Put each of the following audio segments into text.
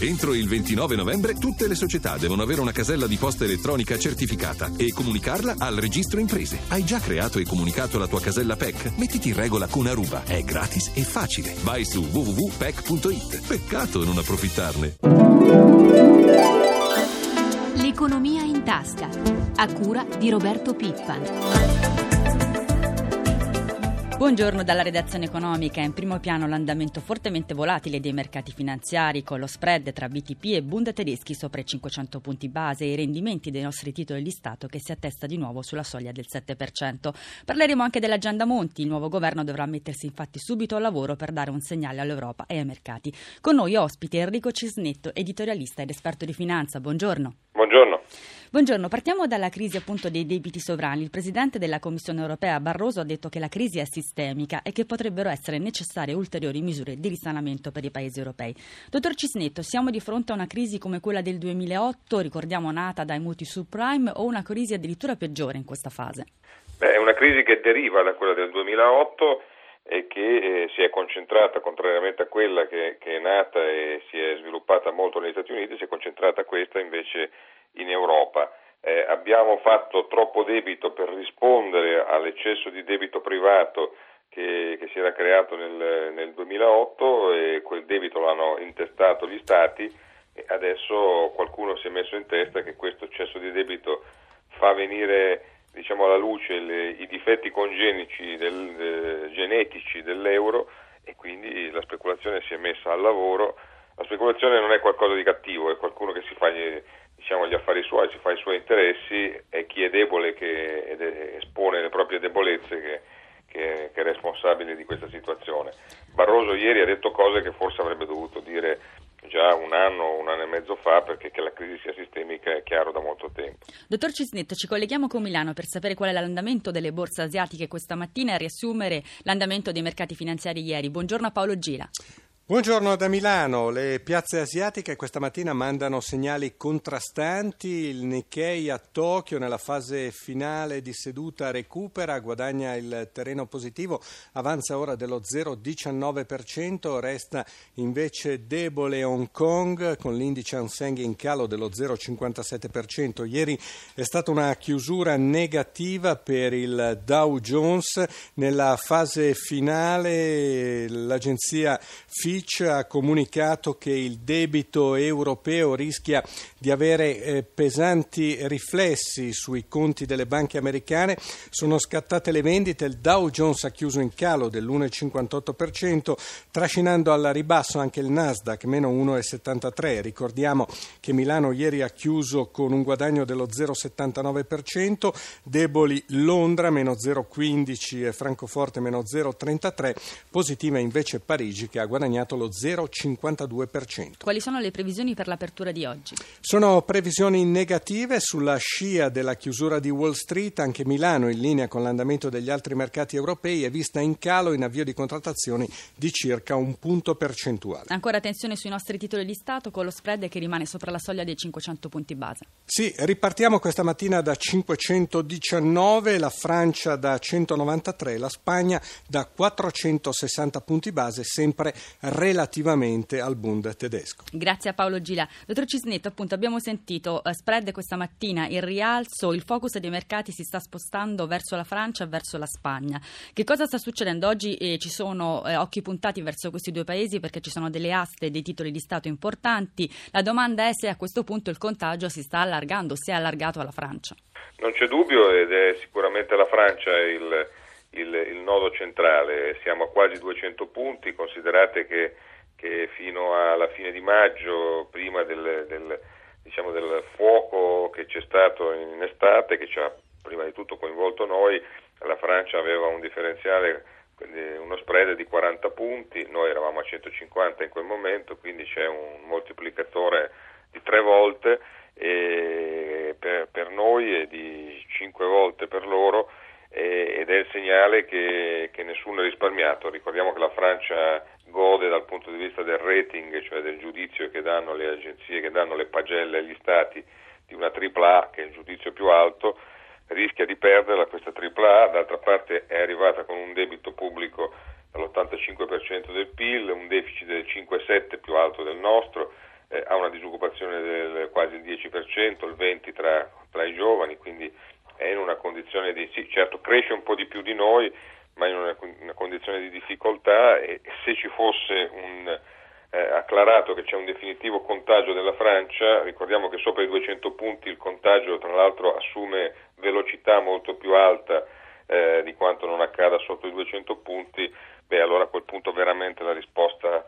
Entro il 29 novembre tutte le società devono avere una casella di posta elettronica certificata e comunicarla al registro imprese. Hai già creato e comunicato la tua casella PEC? Mettiti in regola con Aruba. È gratis e facile. Vai su www.pec.it. Peccato non approfittarne. L'economia in tasca, a cura di Roberto Pippan. Buongiorno dalla redazione economica. In primo piano l'andamento fortemente volatile dei mercati finanziari, con lo spread tra BTP e Bund tedeschi sopra i 500 punti base e i rendimenti dei nostri titoli di Stato che si attesta di nuovo sulla soglia del 7%. Parleremo anche dell'agenda Monti. Il nuovo governo dovrà mettersi infatti subito al lavoro per dare un segnale all'Europa e ai mercati. Con noi ospite Enrico Cisnetto, editorialista ed esperto di finanza. Buongiorno. Buongiorno, partiamo dalla crisi appunto dei debiti sovrani. Il presidente della Commissione europea Barroso ha detto che la crisi è sistemica e che potrebbero essere necessarie ulteriori misure di risanamento per i paesi europei. Dottor Cisnetto, siamo di fronte a una crisi come quella del 2008, ricordiamo nata dai mutui subprime, o una crisi addirittura peggiore in questa fase? È una crisi che deriva da quella del 2008 e che si è concentrata, contrariamente a quella che è nata e si è sviluppata molto negli Stati Uniti, si è concentrata questa invece in Europa. Abbiamo fatto troppo debito per rispondere all'eccesso di debito privato che si era creato nel 2008 e quel debito l'hanno intestato gli Stati e adesso qualcuno si è messo in testa che questo eccesso di debito fa venire alla luce i difetti congenetici dell'euro e quindi la speculazione si è messa al lavoro. La speculazione non è qualcosa di cattivo, è qualcuno che si fa gli affari suoi, si fa i suoi interessi, è chi è debole che espone le proprie debolezze che è responsabile di questa situazione. Barroso ieri ha detto cose che forse avrebbe dovuto dire già un anno e mezzo fa, perché che la crisi sia sistemica è chiaro da molto tempo. Dottor Cisnetto, ci colleghiamo con Milano per sapere qual è l'andamento delle borse asiatiche questa mattina e riassumere l'andamento dei mercati finanziari ieri. Buongiorno a Paolo Gila. Buongiorno da Milano. Le piazze asiatiche questa mattina mandano segnali contrastanti. Il Nikkei a Tokyo nella fase finale di seduta recupera, guadagna il terreno positivo, avanza ora dello 0,19%, resta invece debole Hong Kong con l'indice Hang Seng in calo dello 0,57%. Ieri è stata una chiusura negativa per il Dow Jones. Nella fase finale l'agenzia Fitch ha comunicato che il debito europeo rischia di avere pesanti riflessi sui conti delle banche americane. Sono scattate le vendite, il Dow Jones ha chiuso in calo dell'1,58%, trascinando al ribasso anche il Nasdaq, meno 1,73%. Ricordiamo che Milano ieri ha chiuso con un guadagno dello 0,79%, deboli Londra, meno 0,15% e Francoforte, meno 0,33%, positiva invece Parigi che ha guadagnato lo 0,52%. Quali sono le previsioni per l'apertura di oggi? Sono previsioni negative sulla scia della chiusura di Wall Street. Anche Milano, in linea con l'andamento degli altri mercati europei, è vista in calo in avvio di contrattazioni di circa 1 punto percentuale. Ancora tensione sui nostri titoli di Stato con lo spread che rimane sopra la soglia dei 500 punti base. Sì, ripartiamo questa mattina da 519, la Francia da 193, la Spagna da 460 punti base, sempre relativamente al Bund tedesco. Grazie a Paolo Gila. Dottor Cisnetto, appunto abbiamo sentito spread questa mattina in rialzo, il focus dei mercati si sta spostando verso la Francia e verso la Spagna. Che cosa sta succedendo oggi? Ci sono occhi puntati verso questi due paesi perché ci sono delle aste dei titoli di Stato importanti. La domanda è se a questo punto il contagio si sta allargando, si è allargato alla Francia. Non c'è dubbio ed è sicuramente la Francia il nodo centrale. Siamo a quasi 200 punti, considerate che fino alla fine di maggio, prima del fuoco che c'è stato in estate, che ci ha prima di tutto coinvolto noi, la Francia aveva un differenziale, uno spread di 40 punti, noi eravamo a 150 in quel momento, quindi c'è un moltiplicatore di 3 volte per noi e di 5 volte per loro, ed è il segnale che nessuno è risparmiato. Ricordiamo che la Francia gode dal punto di vista del rating, cioè del giudizio che danno le agenzie, che danno le pagelle agli stati, di una AAA, che è il giudizio più alto, rischia di perderla questa AAA. D'altra parte è arrivata con un debito pubblico all'85% del PIL, un deficit del 5,7 più alto del nostro, ha una disoccupazione del quasi il 10%, il 20% tra i giovani, quindi è in una condizione di, sì, certo cresce un po' di più di noi, ma in una condizione di difficoltà, e se ci fosse acclarato che c'è un definitivo contagio della Francia, ricordiamo che sopra i 200 punti il contagio tra l'altro assume velocità molto più alta di quanto non accada sotto i 200 punti, allora a quel punto veramente la risposta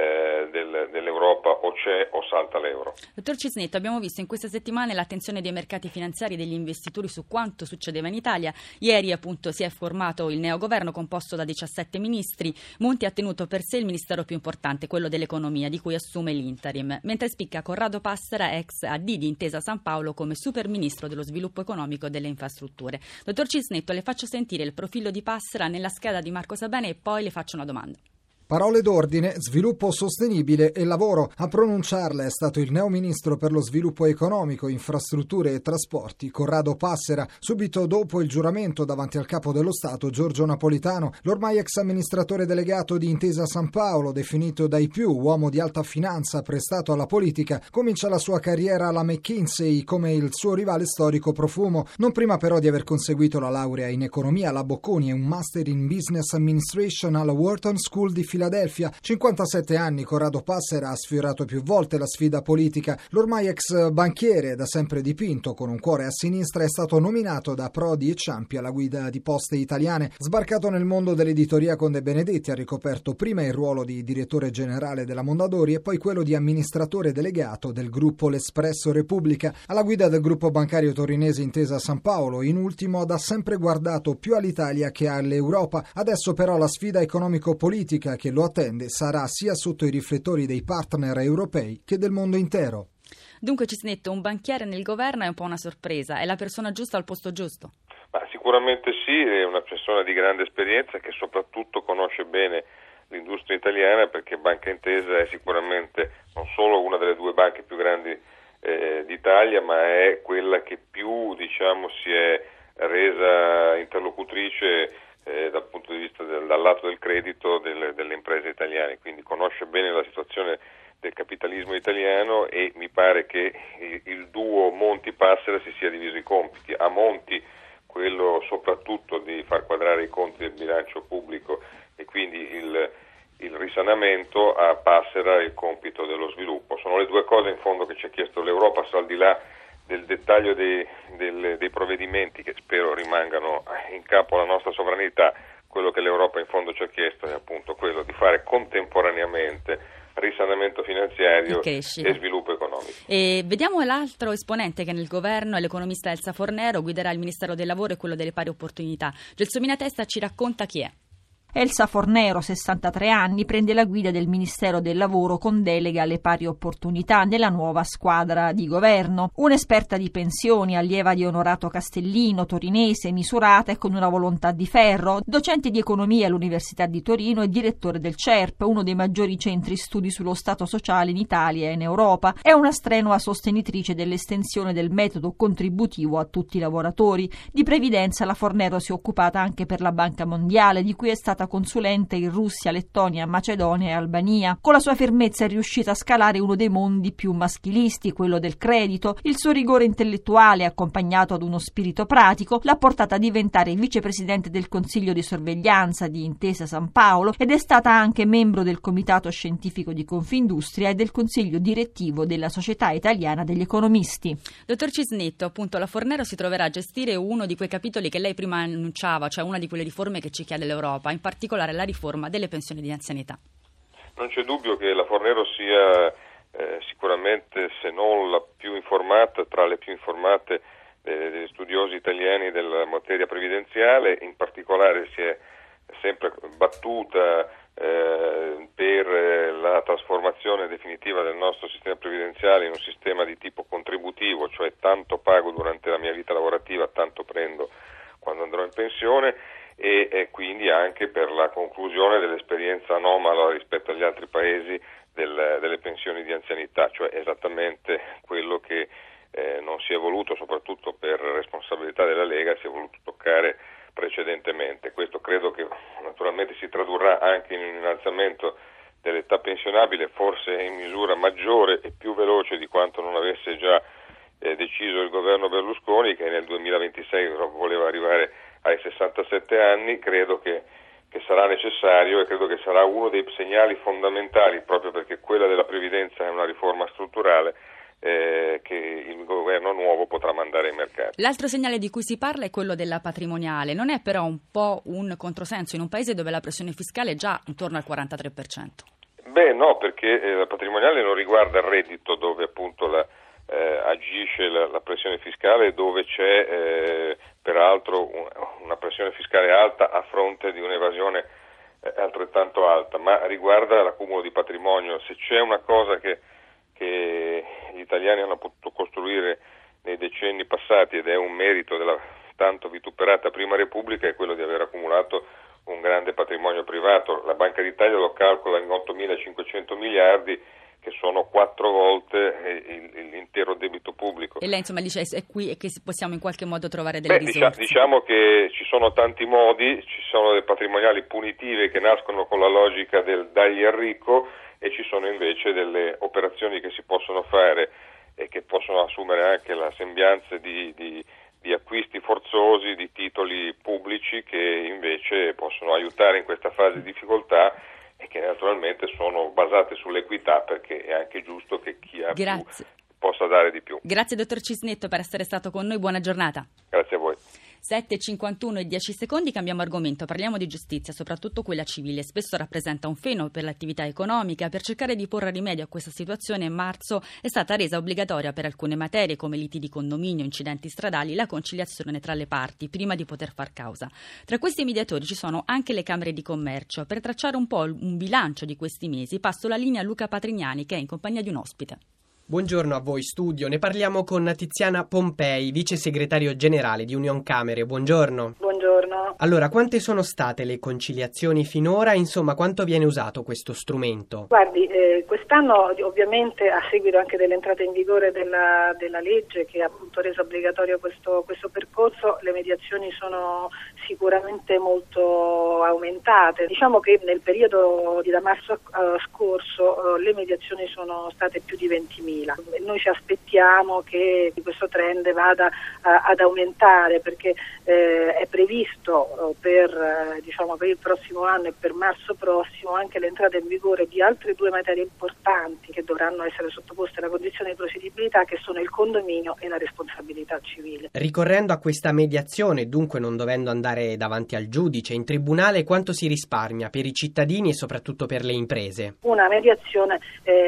dell'Europa o c'è o salta l'euro. Dottor Cisnetto, abbiamo visto in queste settimane l'attenzione dei mercati finanziari e degli investitori su quanto succedeva in Italia. Ieri appunto si è formato il neogoverno composto da 17 ministri. Monti ha tenuto per sé il ministero più importante, quello dell'economia, di cui assume l'interim, mentre spicca Corrado Passera, ex AD di Intesa San Paolo, come super ministro dello sviluppo economico e delle infrastrutture. Dottor Cisnetto, le faccio sentire il profilo di Passera nella scheda di Marco Sabene e poi le faccio una domanda. Parole d'ordine, sviluppo sostenibile e lavoro. A pronunciarle è stato il neoministro per lo sviluppo economico, infrastrutture e trasporti, Corrado Passera, subito dopo il giuramento davanti al capo dello Stato, Giorgio Napolitano, l'ormai ex amministratore delegato di Intesa San Paolo, definito dai più uomo di alta finanza prestato alla politica, comincia la sua carriera alla McKinsey come il suo rivale storico Profumo, non prima però di aver conseguito la laurea in economia alla Bocconi e un master in business administration alla Wharton School di Filadelfia. 57 anni, Corrado Passera ha sfiorato più volte la sfida politica. L'ormai ex banchiere, da sempre dipinto con un cuore a sinistra, è stato nominato da Prodi e Ciampi alla guida di Poste Italiane. Sbarcato nel mondo dell'editoria con De Benedetti, ha ricoperto prima il ruolo di direttore generale della Mondadori e poi quello di amministratore delegato del gruppo L'Espresso Repubblica. Alla guida del gruppo bancario torinese Intesa San Paolo, in ultimo, ha sempre guardato più all'Italia che all'Europa. Adesso però la sfida economico-politica che lo attende sarà sia sotto i riflettori dei partner europei che del mondo intero. Dunque, Cisnetto, un banchiere nel governo è un po' una sorpresa, è la persona giusta al posto giusto? Ma sicuramente sì, è una persona di grande esperienza che soprattutto conosce bene l'industria italiana, perché Banca Intesa è sicuramente non solo una delle due banche più grandi d'Italia, ma è quella che più, si è resa interlocutrice dal punto di vista dal lato del credito delle imprese italiane, quindi conosce bene la situazione del capitalismo italiano e mi pare che il duo Monti-Passera si sia diviso i compiti. A Monti quello soprattutto di far quadrare i conti del bilancio pubblico e quindi il risanamento, a Passera il compito dello sviluppo. Sono le due cose in fondo che ci ha chiesto l'Europa, al di là del dettaglio dei provvedimenti che spero rimangano in capo alla nostra sovranità. Quello che l'Europa in fondo ci ha chiesto è appunto quello di fare contemporaneamente risanamento finanziario e sviluppo economico. E vediamo l'altro esponente che nel governo è l'economista Elsa Fornero, guiderà il Ministero del Lavoro e quello delle pari opportunità. Gelsomina Testa ci racconta chi è. Elsa Fornero, 63 anni, prende la guida del Ministero del Lavoro con delega alle pari opportunità nella nuova squadra di governo. Un'esperta di pensioni, allieva di Onorato Castellino, torinese, misurata e con una volontà di ferro, docente di economia all'Università di Torino e direttore del CERP, uno dei maggiori centri studi sullo Stato sociale in Italia e in Europa. È una strenua sostenitrice dell'estensione del metodo contributivo a tutti i lavoratori. Di previdenza la Fornero si è occupata anche per la Banca Mondiale, di cui è stata consulente in Russia, Lettonia, Macedonia e Albania. Con la sua fermezza è riuscita a scalare uno dei mondi più maschilisti, quello del credito. Il suo rigore intellettuale, accompagnato ad uno spirito pratico, l'ha portata a diventare vicepresidente del Consiglio di sorveglianza di Intesa San Paolo ed è stata anche membro del Comitato Scientifico di Confindustria e del Consiglio direttivo della Società Italiana degli Economisti. Dottor Cisnetto, appunto, la Fornero si troverà a gestire uno di quei capitoli che lei prima annunciava, cioè una di quelle riforme che ci chiede l'Europa, in particolare la riforma delle pensioni di anzianità. Non c'è dubbio che la Fornero sia sicuramente, se non la più informata, tra le più informate degli studiosi italiani della materia previdenziale. In particolare si è sempre battuta per la trasformazione definitiva del nostro sistema previdenziale in un sistema di tipo contributivo, cioè tanto pago durante la mia vita lavorativa, tanto prendo quando andrò in pensione, e quindi anche per la conclusione dell'esperienza anomala rispetto agli altri paesi delle pensioni di anzianità, cioè esattamente quello che non si è voluto, soprattutto per responsabilità della Lega, si è voluto toccare precedentemente. Questo credo che naturalmente si tradurrà anche in un innalzamento dell'età pensionabile, forse in misura maggiore e più veloce di quanto non avesse già deciso il governo Berlusconi, che nel 2026 voleva arrivare ai 67 anni. Credo che sarà necessario e credo che sarà uno dei segnali fondamentali, proprio perché quella della previdenza è una riforma strutturale che il governo nuovo potrà mandare ai mercati. L'altro segnale di cui si parla è quello della patrimoniale. Non è però un po' un controsenso in un paese dove la pressione fiscale è già intorno al 43%? Beh no, perché la patrimoniale non riguarda il reddito, dove appunto agisce la pressione fiscale, dove c'è peraltro una pressione fiscale alta a fronte di un'evasione altrettanto alta, ma riguarda l'accumulo di patrimonio. Se c'è una cosa che gli italiani hanno potuto costruire nei decenni passati, ed è un merito della tanto vituperata Prima Repubblica, è quello di aver accumulato un grande patrimonio privato. La Banca d'Italia lo calcola in 8.500 miliardi, che sono 4 volte l'intero debito pubblico. E lei insomma dice è qui e che possiamo in qualche modo trovare delle risorse? Diciamo che ci sono tanti modi, ci sono delle patrimoniali punitive che nascono con la logica del dagli al ricco, e ci sono invece delle operazioni che si possono fare e che possono assumere anche la sembianza di acquisti forzosi di titoli pubblici, che invece possono aiutare in questa fase di difficoltà e che naturalmente sono basate sull'equità, perché è anche giusto che chi ha più possa dare di più. Grazie dottor Cisnetto per essere stato con noi, buona giornata. Grazie a voi. 7:51 e 10 secondi, cambiamo argomento, parliamo di giustizia, soprattutto quella civile. Spesso rappresenta un freno per l'attività economica. Per cercare di porre rimedio a questa situazione, in marzo è stata resa obbligatoria per alcune materie, come liti di condominio, incidenti stradali, la conciliazione tra le parti prima di poter far causa. Tra questi mediatori ci sono anche le Camere di Commercio. Per tracciare un po' un bilancio di questi mesi, passo la linea a Luca Patrignani, che è in compagnia di un ospite. Buongiorno a voi studio, ne parliamo con Tiziana Pompei, vice segretario generale di Union Camere. Buongiorno. Buongiorno. Allora, quante sono state le conciliazioni finora? Insomma, quanto viene usato questo strumento? Guardi, quest'anno ovviamente a seguito anche dell'entrata in vigore della legge che ha appunto reso obbligatorio questo percorso, le mediazioni sono sicuramente molto aumentate. Diciamo che nel periodo da marzo scorso le mediazioni sono state più di 20.000. Noi ci aspettiamo che questo trend vada ad aumentare, perché è previsto per il prossimo anno e per marzo prossimo anche l'entrata in vigore di altre 2 materie importanti che dovranno essere sottoposte alla condizione di procedibilità, che sono il condominio e la responsabilità civile. Ricorrendo a questa mediazione, dunque non dovendo andare davanti al giudice, in tribunale, quanto si risparmia per i cittadini e soprattutto per le imprese? Una mediazione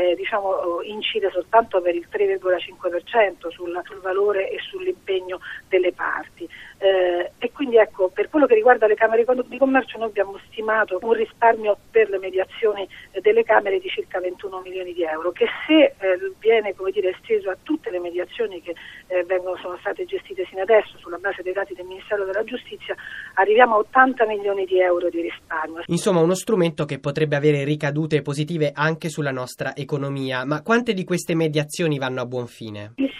incide soltanto per il 3,5% sul valore e sull'impegno delle parti. E quindi ecco, per quello che riguarda le Camere di Commercio, noi abbiamo stimato un risparmio per le mediazioni delle Camere di circa 21 milioni di euro, che se viene esteso a tutte le mediazioni che sono state gestite sino adesso sulla base dei dati del Ministero della Giustizia, arriviamo a 80 milioni di euro di risparmio. Insomma, uno strumento che potrebbe avere ricadute positive anche sulla nostra economia. Ma quante di queste mediazioni vanno a buon fine? Il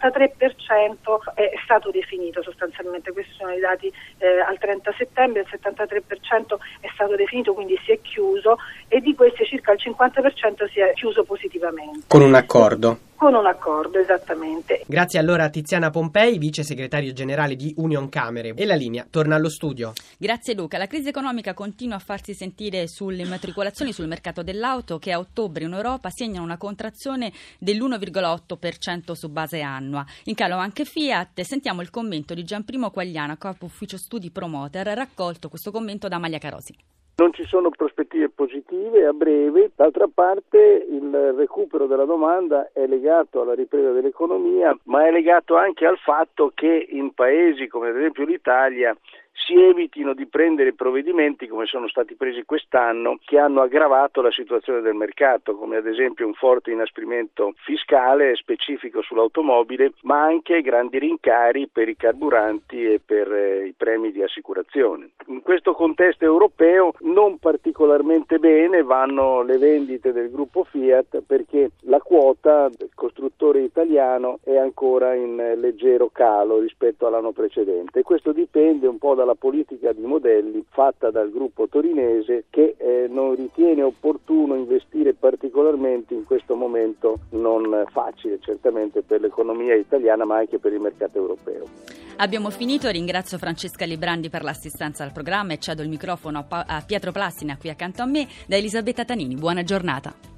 63% è stato definito sostanzialmente. Questi sono i dati al 30 settembre, il 73% è stato definito, quindi si è chiuso, e di questi circa il 50% si è chiuso positivamente. Con un accordo? Con un accordo, esattamente. Grazie allora a Tiziana Pompei, vice segretario generale di Union Camere. E la linea torna allo studio. Grazie Luca. La crisi economica continua a farsi sentire sulle immatricolazioni sul mercato dell'auto, che a ottobre in Europa segnano una contrazione dell'1,8% su base annua. In calo anche Fiat. Sentiamo il commento di Gianprimo Quagliano, capo ufficio studi Promoter, raccolto questo commento da Amalia Carosi. Non ci sono prospettive positive a breve. D'altra parte il recupero della domanda è legato alla ripresa dell'economia, ma è legato anche al fatto che in paesi come ad esempio l'Italia si evitino di prendere provvedimenti come sono stati presi quest'anno, che hanno aggravato la situazione del mercato, come ad esempio un forte inasprimento fiscale specifico sull'automobile, ma anche grandi rincari per i carburanti e per i premi di assicurazione. In questo contesto europeo non particolarmente estremamente bene vanno le vendite del gruppo Fiat, perché la quota del costruttore italiano è ancora in leggero calo rispetto all'anno precedente, e questo dipende un po' dalla politica di modelli fatta dal gruppo torinese, che non ritiene opportuno investire particolarmente in questo momento non facile certamente per l'economia italiana ma anche per il mercato europeo. Abbiamo finito, ringrazio Francesca Librandi per l'assistenza al programma e cedo il microfono a Pietro Plastina qui accanto a me. Da Elisabetta Tanini, buona giornata.